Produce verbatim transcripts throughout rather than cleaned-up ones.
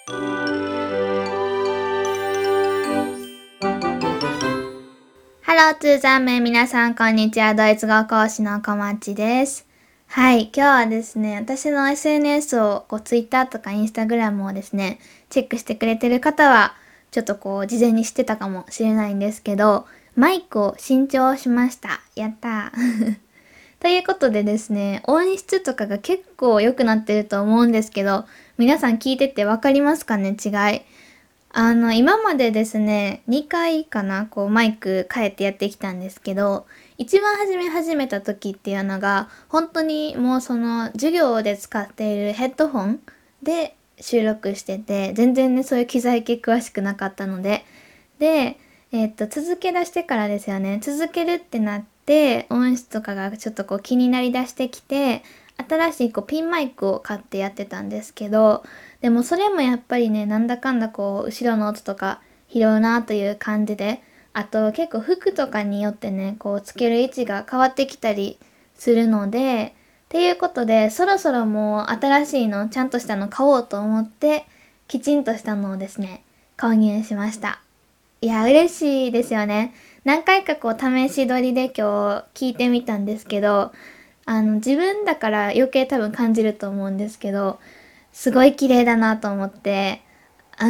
Hello 通ざめ皆さんこんにちは。ドイツ語講師のこまちです。はい、今日はですね、私の エスエヌエス をこう Twitter とか Instagram をですね、チェックしてくれてる方は、ちょっとこう事前に知ってたかもしれないんですけど、マイクを新調しました。やったー。ということでですね、音質とかが結構良くなってると思うんですけど、皆さん聞いててわかりますかね、違い。あの、今までですね、にかいかな、こうマイク変えてやってきたんですけど、一番初め始めた時っていうのが、本当にもうその授業で使っているヘッドホンで収録してて、全然ね、そういう機材系詳しくなかったので、で、えっと、続け出してからですよね、続けるってなって、音質とかがちょっとこう気になりだしてきて、新しいこうピンマイクを買ってやってたんですけど、でもそれもやっぱりね、なんだかんだこう、後ろの音とか拾うなという感じで、あと結構服とかによってね、こうつける位置が変わってきたりするので、っていうことで、そろそろもう新しいの、ちゃんとしたの買おうと思って、きちんとしたのをですね、購入しました。いや、嬉しいですよね。何回かこう試し撮りで今日聞いてみたんですけど、あの自分だから余計多分感じると思うんですけど、すごい綺麗だなと思って、うん、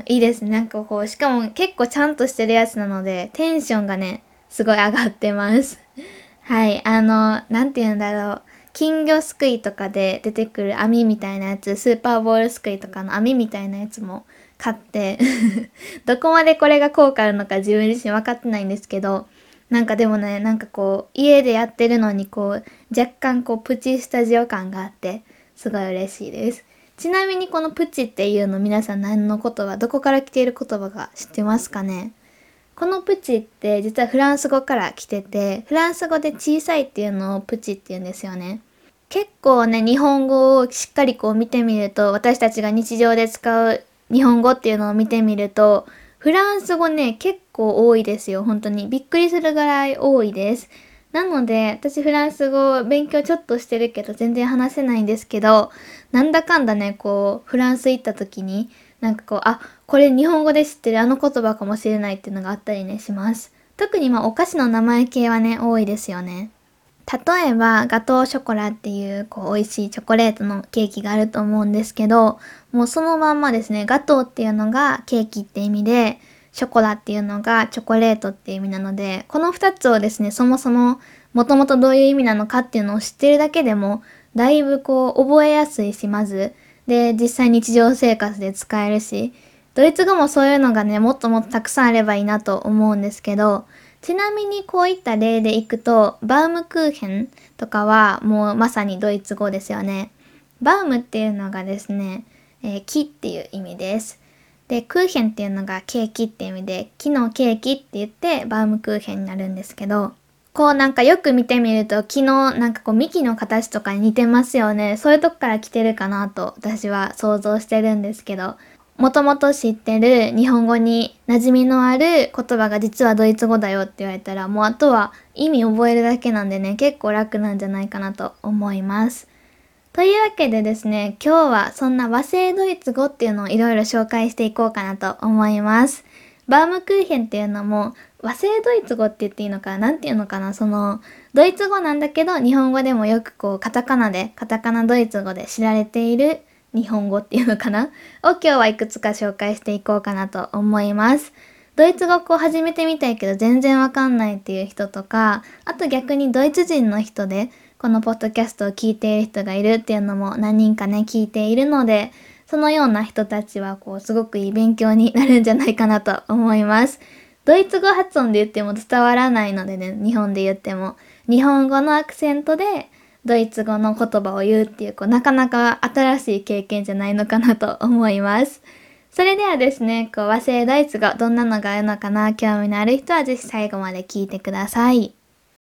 いいですね。なんかこう、しかも結構ちゃんとしてるやつなので、テンションがね、すごい上がってます。はい、あの、なんて言うんだろう。金魚すくいとかで出てくる網みたいなやつ、スーパーボールすくいとかの網みたいなやつも買ってどこまでこれが効果あるのか自分自身分かってないんですけど、なんかでもね、なんかこう、家でやってるのにこう、若干こう、プチスタジオ感があって、すごい嬉しいです。ちなみにこのプチっていうの皆さん何の言葉、どこから来ている言葉が知ってますかね？このプチって実はフランス語から来てて、フランス語で小さいっていうのをプチって言うんですよね。結構ね、日本語をしっかりこう見てみると、私たちが日常で使う日本語っていうのを見てみると、フランス語ね、結構多いですよ。本当に。びっくりするぐらい多いです。なので、私フランス語勉強ちょっとしてるけど、全然話せないんですけど、なんだかんだね、こう、フランス行った時に、なんかこう、あ、これ日本語で知ってるあの言葉かもしれないっていうのがあったりね、します。特にまあお菓子の名前系はね、多いですよね。例えば、ガトーショコラっていう、こう、美味しいチョコレートのケーキがあると思うんですけど、もうそのまんまですね、ガトーっていうのがケーキって意味で、ショコラっていうのがチョコレートっていう意味なので、この二つをですね、そもそも、もともとどういう意味なのかっていうのを知ってるだけでも、だいぶこう、覚えやすいし、まず。で、実際日常生活で使えるし、ドイツ語もそういうのがね、もっともっとたくさんあればいいなと思うんですけど、ちなみにこういった例でいくと、バウムクーヘンとかはもうまさにドイツ語ですよね。バウムっていうのがですね、えー木っていう意味です。で、クーヘンっていうのがケーキっていう意味で、木のケーキって言ってバウムクーヘンになるんですけど、こうなんかよく見てみると木のなんかこう幹の形とかに似てますよね。そういうとこから来てるかなと私は想像してるんですけど、もともと知ってる日本語に馴染みのある言葉が実はドイツ語だよって言われたら、もうあとは意味覚えるだけなんでね、結構楽なんじゃないかなと思います。というわけでですね、今日はそんな和製ドイツ語っていうのをいろいろ紹介していこうかなと思います。バームクーヘンっていうのも和製ドイツ語って言っていいのかな、なんていうのかな、そのドイツ語なんだけど日本語でもよくこうカタカナで、カタカナドイツ語で知られている日本語っていうのかなを今日はいくつか紹介していこうかなと思います。ドイツ語こう始めてみたいけど全然わかんないっていう人とか、あと逆にドイツ人の人でこのポッドキャストを聞いている人がいるっていうのも何人かね聞いているので、そのような人たちはこうすごくいい勉強になるんじゃないかなと思います。ドイツ語発音で言っても伝わらないのでね、日本で言っても日本語のアクセントでドイツ語の言葉を言うっていう、こうなかなか新しい経験じゃないのかなと思います。それではですね、こう和製ドイツ語どんなのがあるのかな、興味のある人はぜひ最後まで聞いてください。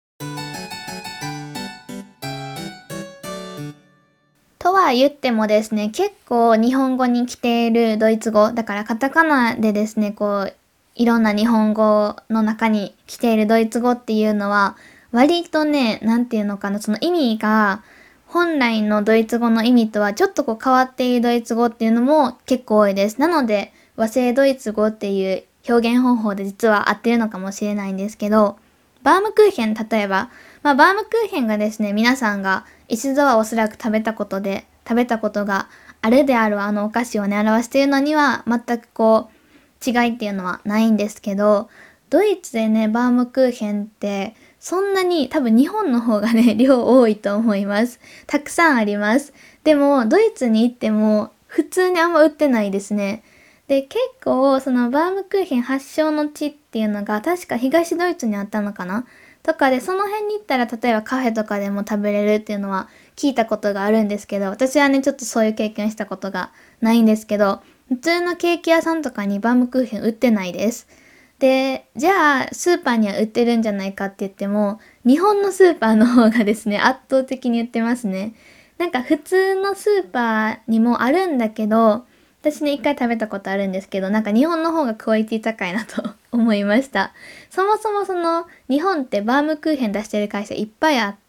とは言ってもですね、結構日本語に来ているドイツ語、だからカタカナでですね、こう、いろんな日本語の中に来ているドイツ語っていうのは、割とね、なんていうのかな、その意味が、 本来のドイツ語の意味とはちょっとこう変わっているドイツ語っていうのも結構多いです。なので和製ドイツ語っていう表現方法で実は合ってるのかもしれないんですけど、バームクーヘン、例えば、まあ、バームクーヘンがですね、皆さんが一度はおそらく食べたことで、食べたことがあるであるあのお菓子をね、表しているのには全くこう違いっていうのはないんですけど、ドイツでね、バームクーヘンってそんなに多分日本の方がね、量多いと思います。たくさんあります。でも、ドイツに行っても普通にあんま売ってないですね。で、結構、そのバームクーヘン発祥の地っていうのが、確か東ドイツにあったのかなとかで、その辺に行ったら、例えばカフェとかでも食べれるっていうのは聞いたことがあるんですけど、私はね、ちょっとそういう経験したことがないんですけど、普通のケーキ屋さんとかにバームクーヘン売ってないです。で、じゃあ、スーパーには売ってるんじゃないかって言っても、日本のスーパーの方がですね、圧倒的に売ってますね。なんか普通のスーパーにもあるんだけど、私ね、一回食べたことあるんですけど、なんか日本の方がクオリティ高いなと思いました。そもそもその、日本ってバームクーヘン出してる会社いっぱいあって、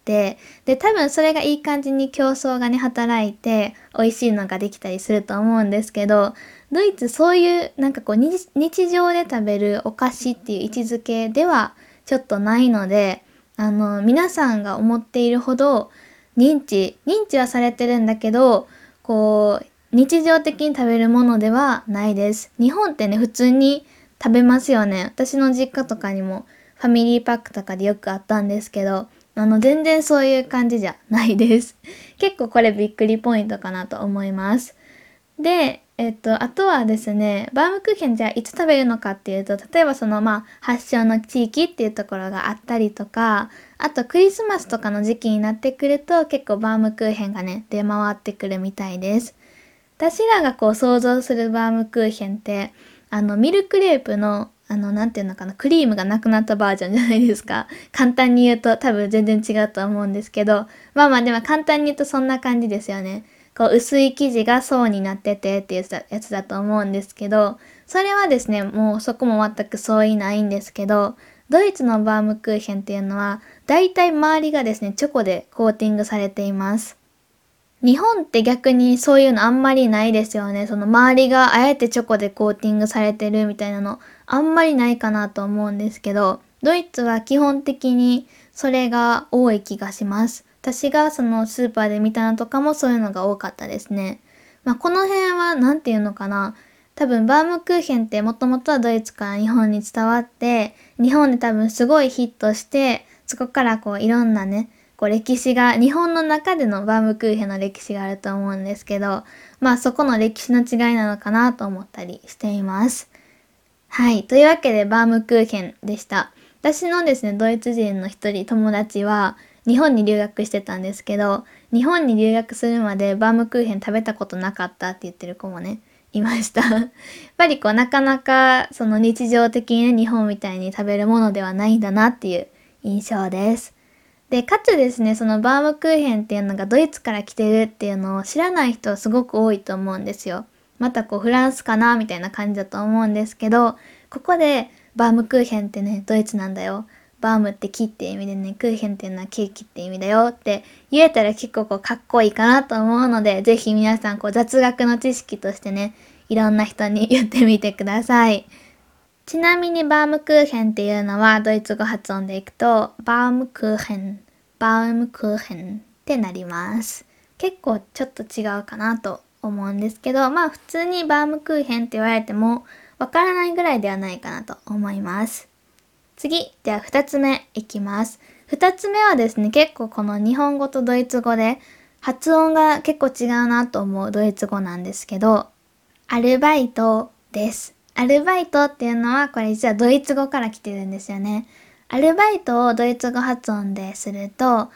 で、多分それがいい感じに競争がね、働いて、美味しいのができたりすると思うんですけど、ドイツそういう、なんかこう、日日常で食べるお菓子っていう位置づけでは、ちょっとないので、あの、皆さんが思っているほど、認知、認知はされてるんだけど、こう、日常的に食べるものではないです。日本ってね、普通に食べますよね。私の実家とかにもファミリーパックとかでよくあったんですけど、あの、全然そういう感じじゃないです。結構これびっくりポイントかなと思います。で、えっと、あとはですね、バームクーヘンじゃあいつ食べるのかっていうと、例えばそのまあ発祥の地域っていうところがあったりとか、あとクリスマスとかの時期になってくると結構バームクーヘンがね、出回ってくるみたいです。私らがこう想像するバームクーヘンって、あのミルクレープのあの、なんていうのかな、クリームがなくなったバージョンじゃないですか。簡単に言うと多分全然違うと思うんですけど、まあまあでも簡単に言うとそんな感じですよね。こう薄い生地が層になっててっていうやつだと思うんですけど、それはですね、もうそこも全く相違ないんですけど、ドイツのバームクーヘンっていうのは、だいたい周りがですね、チョコでコーティングされています。日本って逆にそういうのあんまりないですよね。その周りがあえてチョコでコーティングされてるみたいなのあんまりないかなと思うんですけど、ドイツは基本的にそれが多い気がします。私がそのスーパーで見たのとかもそういうのが多かったですね。まあこの辺はなんていうのかな。多分バームクーヘンってもともとはドイツから日本に伝わって、日本で多分すごいヒットして、そこからこういろんなね、こう歴史が、日本の中でのバームクーヘンの歴史があると思うんですけど、まあそこの歴史の違いなのかなと思ったりしています。はい。というわけでバームクーヘンでした。私のですね、ドイツ人の一人友達は日本に留学してたんですけど、日本に留学するまでバームクーヘン食べたことなかったって言ってる子もね、いました。やっぱりこうなかなかその日常的にね、日本みたいに食べるものではないんだなっていう印象です。で、かつですね、そのバームクーヘンっていうのがドイツから来てるっていうのを知らない人はすごく多いと思うんですよ。またこうフランスかなみたいな感じだと思うんですけど、ここでバームクーヘンってね、ドイツなんだよ。バームって木って意味でね、クーヘンっていうのはケーキって意味だよって言えたら結構こうかっこいいかなと思うので、ぜひ皆さんこう雑学の知識としてね、いろんな人に言ってみてください。ちなみにバームクーヘンっていうのはドイツ語発音でいくとバームクーヘン、バームクーヘンってなります。結構ちょっと違うかなと思うんですけど、まあ普通にバームクーヘンって言われてもわからないぐらいではないかなと思います。次、じゃあ二つ目いきます。二つ目はですね、結構この日本語とドイツ語で発音が結構違うなと思うドイツ語なんですけど、アルバイトです。アルバイトっていうのはこれ実はドイツ語から来てるんですよね。アルバイトをドイツ語発音ですると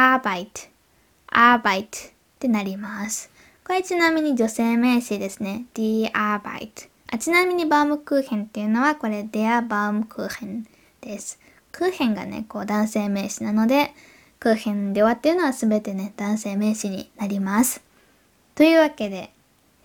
Arbeit、Arbeit ってなります。これちなみに女性名詞ですね。Die Arbeit。あ、ちなみにバームクーヘンっていうのはこれ Der Baumkuchen です。クーヘンがね、こう男性名詞なので、クーヘンで終わってるのはすべてね、男性名詞になります。というわけで、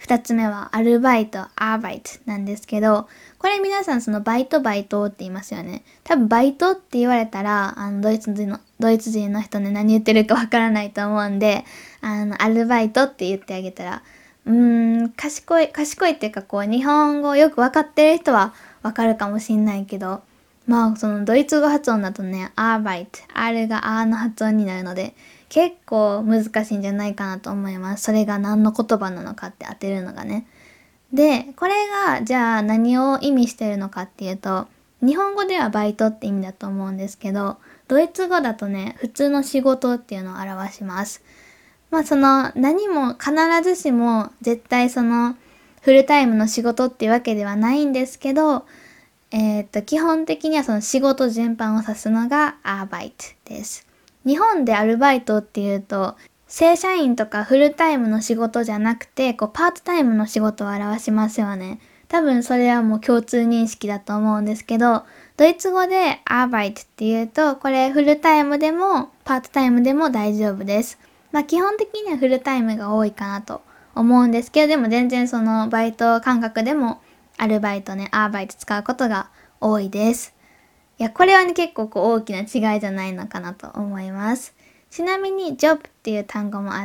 二つ目はアルバイト、アーバイトなんですけど、これ皆さんそのバイトバイトって言いますよね。多分バイトって言われたら、あのドイツ人の、ドイツ人の人ね何言ってるかわからないと思うんで、あの、アルバイトって言ってあげたら、うーん、賢い、賢いっていうかこう日本語よくわかってる人はわかるかもしんないけど、まあそのドイツ語発音だとね、アーバイト、R がアーの発音になるので、結構難しいんじゃないかなと思います。それが何の言葉なのかって当てるのがね。で、これがじゃあ何を意味してるのかっていうと、日本語ではバイトって意味だと思うんですけど、ドイツ語だとね、普通の仕事っていうのを表します。まあその何も必ずしも絶対そのフルタイムの仕事っていうわけではないんですけど、えーっと基本的にはその仕事全般を指すのがアーバイトです。日本でアルバイトっていうと正社員とかフルタイムの仕事じゃなくてこうパートタイムの仕事を表しますよね。多分それはもう共通認識だと思うんですけど、ドイツ語でアーバイトっていうとこれフルタイムでもパートタイムでも大丈夫です。まあ基本的にはフルタイムが多いかなと思うんですけど、でも全然そのバイト感覚でもアルバイトね、アーバイト使うことが多いです。いや、これはね、結構こう大きな違いじゃないのかなと思います。ちなみに job っていう単語もあって、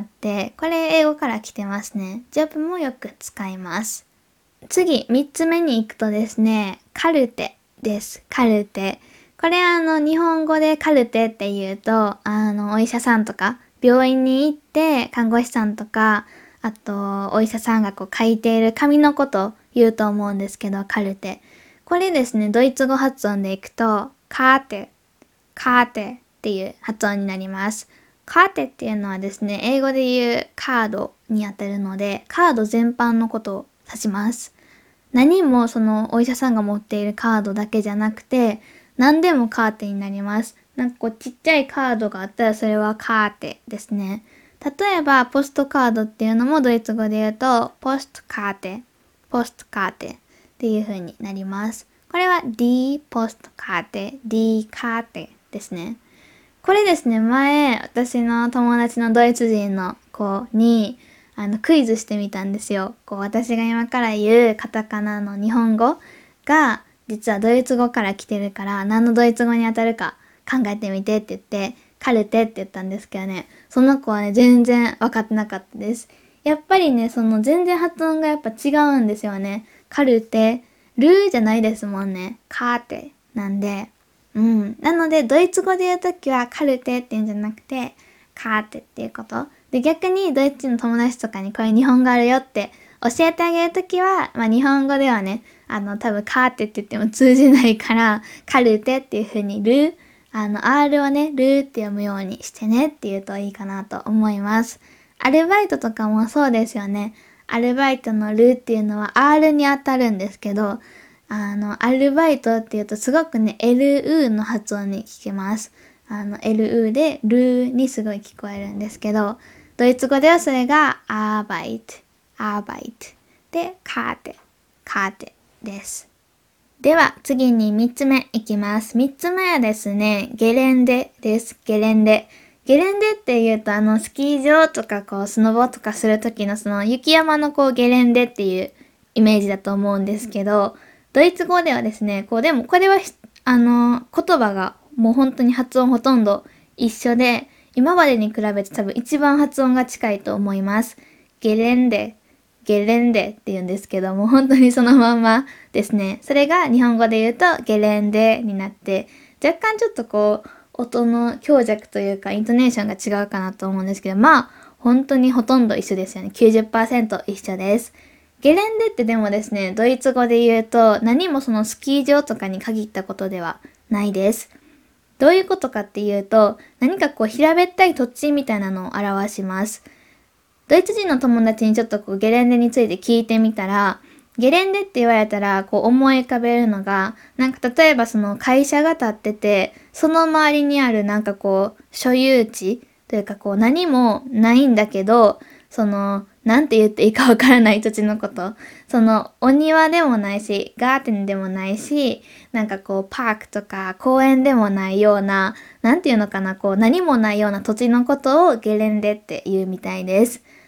これ英語から来てますね。job もよく使います。次、三つ目に行くとですね、カルテです。カルテ。これあの、日本語でカルテって言うと、あの、お医者さんとか、病院に行って、看護師さんとか、あと、お医者さんがこう書いている紙のことを言うと思うんですけど、カルテ。これですね、ドイツ語発音でいくと、カーテ、カーテっていう発音になります。カーテっていうのはですね、英語で言うカードにあたるので、カード全般のことを指します。何もそのお医者さんが持っているカードだけじゃなくて、何でもカーテになります。なんかこうちっちゃいカードがあったらそれはカーテですね。例えばポストカードっていうのもドイツ語で言うとポストカーテ、ポストカーテっていう風になります。これは D ポストカーテ、D カーテですね。これですね、前私の友達のドイツ人の子にあのクイズしてみたんですよ。こう私が今から言うカタカナの日本語が実はドイツ語から来てるから何のドイツ語に当たるか考えてみてって言ってカルテって言ったんですけどね、その子はね全然分かってなかったです。やっぱりねその全然発音がやっぱ違うんですよね。カルテ、ルーじゃないですもんね。カーテなんで、うん。なので、ドイツ語で言うときはカルテって言うんじゃなくて、カーテっていうこと。で、逆にドイツの友達とかにこういう日本語あるよって教えてあげるときは、まあ日本語ではね、あの多分カーテって言っても通じないから、カルテっていう風にル、あの R をね、ルーって読むようにしてねって言うといいかなと思います。アルバイトとかもそうですよね。アルバイトのルーっていうのは R に当たるんですけど、あの、アルバイトっていうとすごくね、エルユー の発音に聞けます。あの、エルユー でルーにすごい聞こえるんですけど、ドイツ語ではそれがアーバイト、アーバイトでカーテ、カーテです。では次にみっつめいきます。みっつめはですね、ゲレンデです。ゲレンデ。ゲレンデって言うとあのスキー場とかこうスノボとかするときのその雪山のこうゲレンデっていうイメージだと思うんですけど、ドイツ語ではですね、こうでもこれはあの言葉がもう本当に発音ほとんど一緒で、今までに比べて多分一番発音が近いと思います。ゲレンデ、ゲレンデって言うんですけども、本当にそのまんまですね。それが日本語で言うとゲレンデになって、若干ちょっとこう音の強弱というかイントネーションが違うかなと思うんですけど、まあ本当にほとんど一緒ですよね。きゅうじゅっパーセント 一緒です。ゲレンデってでもですね、ドイツ語で言うと何もそのスキー場とかに限ったことではないです。どういうことかっていうと、何かこう平べったい土地みたいなのを表します。ドイツ人の友達にちょっとこうゲレンデについて聞いてみたら、ゲレンデって言われたらこう思い浮かべるのが、なんか例えばその会社が建ってて、その周りにあるなんかこう所有地というかこう何もないんだけど、そのなんて言っていいかわからない土地のこと。そのお庭でもないし、ガーデンでもないし、なんかこうパークとか公園でもないような、なんていうのかな、こう何もないような土地のことをゲレンデって言うみたいです。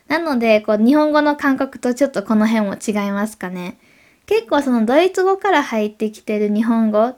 なので、こう、日本語の感覚とちょっとこの辺も違いますかね。結構そのドイツ語から入ってきてる日本語って、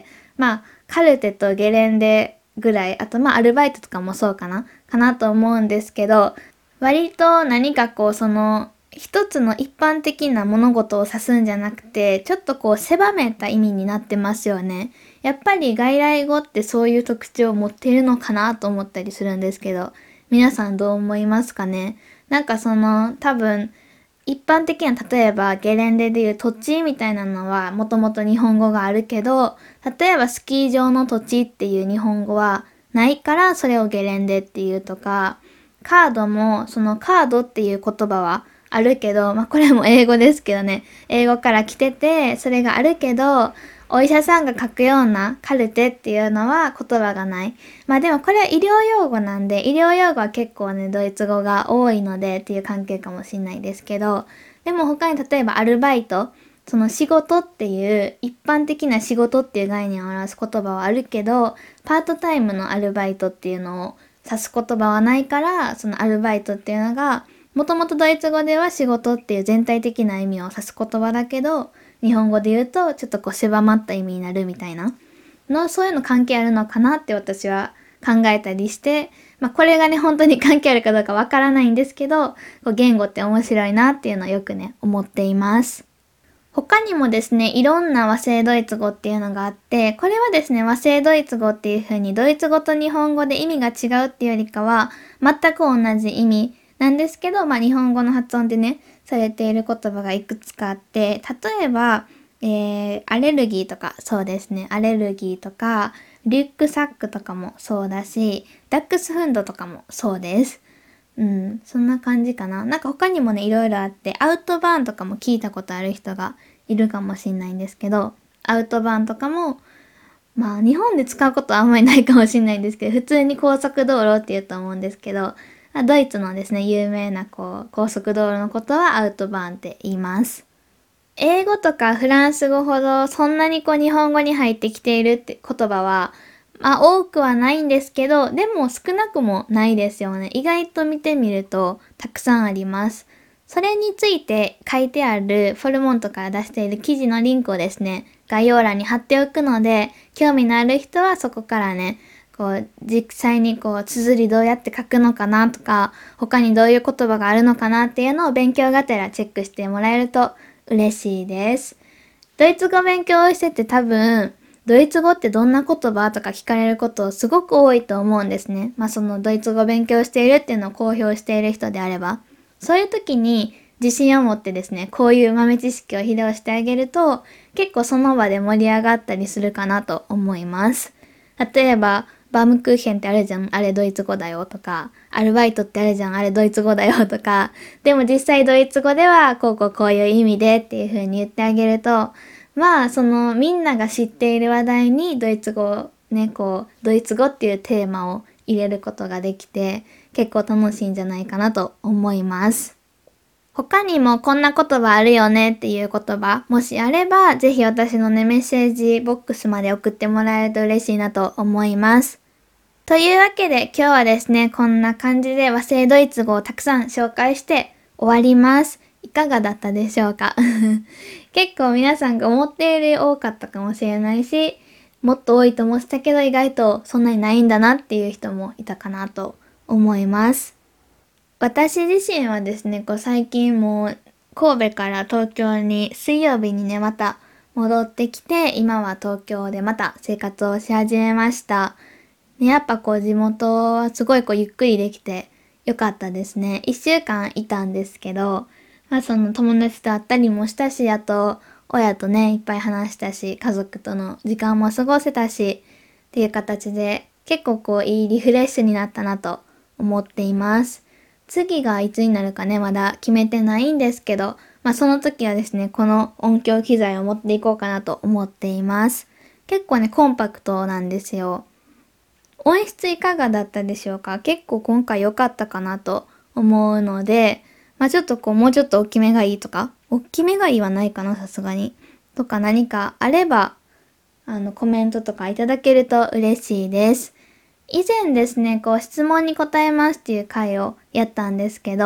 まあ、カルテとゲレンデぐらい、あとまあ、アルバイトとかもそうかな、かなと思うんですけど、割と何かこう、その、一つの一般的な物事を指すんじゃなくて、ちょっとこう狭めた意味になってますよね。やっぱり外来語ってそういう特徴を持っているのかなと思ったりするんですけど、皆さんどう思いますかね。なんかその多分一般的な例えばゲレンデでいう土地みたいなのはもともと日本語があるけど、例えばスキー場の土地っていう日本語はないからそれをゲレンデっていうとか、カードもそのカードっていう言葉はあるけど、まあこれも英語ですけどね、英語から来てて、それがあるけど、お医者さんが書くようなカルテっていうのは言葉がない。まあでもこれは医療用語なんで、医療用語は結構ね、ドイツ語が多いのでっていう関係かもしれないですけど、でも他に例えばアルバイト、その仕事っていう一般的な仕事っていう概念を表す言葉はあるけど、パートタイムのアルバイトっていうのを指す言葉はないから、そのアルバイトっていうのが、もともとドイツ語では仕事っていう全体的な意味を指す言葉だけど、日本語で言うとちょっとこう狭まった意味になるみたいなの、そういうの関係あるのかなって私は考えたりして、まあこれがね本当に関係あるかどうかわからないんですけど、こう言語って面白いなっていうのをよくね思っています。他にもですね、いろんな和製ドイツ語っていうのがあって、これはですね、和製ドイツ語っていう風にドイツ語と日本語で意味が違うっていうよりかは、全く同じ意味なんですけど、まあ日本語の発音でね、されている言葉がいくつかあって、例えば、えー、アレルギーとか、そうですね、アレルギーとか、リュックサックとかもそうだし、ダックスフンドとかもそうです。うん、そんな感じかな。なんか他にもね、いろいろあって、アウトバーンとかも聞いたことある人がいるかもしれないんですけど、アウトバーンとかも、まあ日本で使うことはあんまりないかもしれないんですけど、普通に高速道路って言うと思うんですけど、ドイツのですね、有名なこう、高速道路のことはアウトバーンって言います。英語とかフランス語ほどそんなにこう日本語に入ってきているって言葉は、まあ多くはないんですけど、でも少なくもないですよね。意外と見てみるとたくさんあります。それについて書いてあるフォルモントから出している記事のリンクをですね、概要欄に貼っておくので、興味のある人はそこからね、こう実際にこう綴りどうやって書くのかなとか、他にどういう言葉があるのかなっていうのを勉強がてらチェックしてもらえると嬉しいです。ドイツ語勉強してて多分、ドイツ語ってどんな言葉とか聞かれることすごく多いと思うんですね。まあそのドイツ語勉強しているっていうのを公表している人であれば。そういう時に自信を持ってですね、こういう豆知識を披露してあげると、結構その場で盛り上がったりするかなと思います。例えば、バームクーヘンってあるじゃん、あれドイツ語だよとか、アルバイトってあるじゃん、あれドイツ語だよとか、でも実際ドイツ語ではこうこうこういう意味でっていう風に言ってあげると、まあそのみんなが知っている話題にドイツ語をね、こう、ドイツ語っていうテーマを入れることができて、結構楽しいんじゃないかなと思います。他にもこんな言葉あるよねっていう言葉、もしあれば、ぜひ私のね、メッセージボックスまで送ってもらえると嬉しいなと思います。というわけで今日はですね、こんな感じで和製ドイツ語をたくさん紹介して終わります。いかがだったでしょうか結構皆さんが思っているより多かったかもしれないし、もっと多いと思ってたけど意外とそんなにないんだなっていう人もいたかなと思います。私自身はですね、こう最近もう神戸から東京に水曜日にね、また戻ってきて、今は東京でまた生活をし始めました。ね、やっぱこう地元はすごいこうゆっくりできてよかったですね。一週間いたんですけど、まあその友達と会ったりもしたし、あと親とね、いっぱい話したし、家族との時間も過ごせたし、っていう形で結構こういいリフレッシュになったなと思っています。次がいつになるかね、まだ決めてないんですけど、まあその時はですね、この音響機材を持っていこうかなと思っています。結構ね、コンパクトなんですよ。音質いかがだったでしょうか？結構今回良かったかなと思うので、まあちょっとこうもうちょっと大きめがいいとか、大きめがいいはないかな、さすがに。とか何かあれば、あのコメントとかいただけると嬉しいです。以前ですね、こう質問に答えますっていう回をやったんですけど、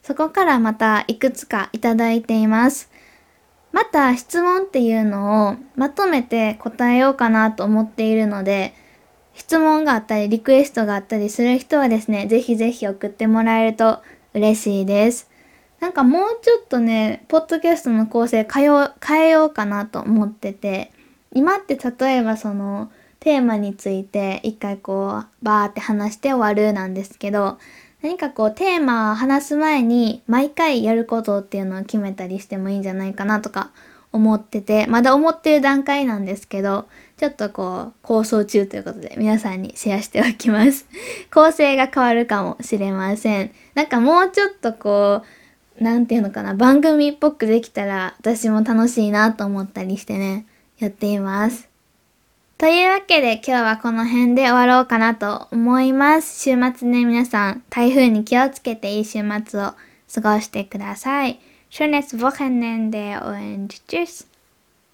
そこからまたいくつかいただいています。また質問っていうのをまとめて答えようかなと思っているので、質問があったりリクエストがあったりする人はですね、ぜひぜひ送ってもらえると嬉しいです。なんかもうちょっとね、ポッドキャストの構成変えよう、変えようかなと思ってて、今って例えばそのテーマについて一回こうバーって話して終わるなんですけど、何かこうテーマを話す前に毎回やることっていうのを決めたりしてもいいんじゃないかなとか思ってて、まだ思ってる段階なんですけど、ちょっとこう構想中ということで皆さんにシェアしておきます。構成が変わるかもしれません。なんかもうちょっとこう、なんていうのかな、番組っぽくできたら私も楽しいなと思ったりしてね、やっています。というわけで今日はこの辺で終わろうかなと思います。週末ね、皆さん台風に気をつけていい週末を過ごしてください。Schönes Wochenende und tschüss!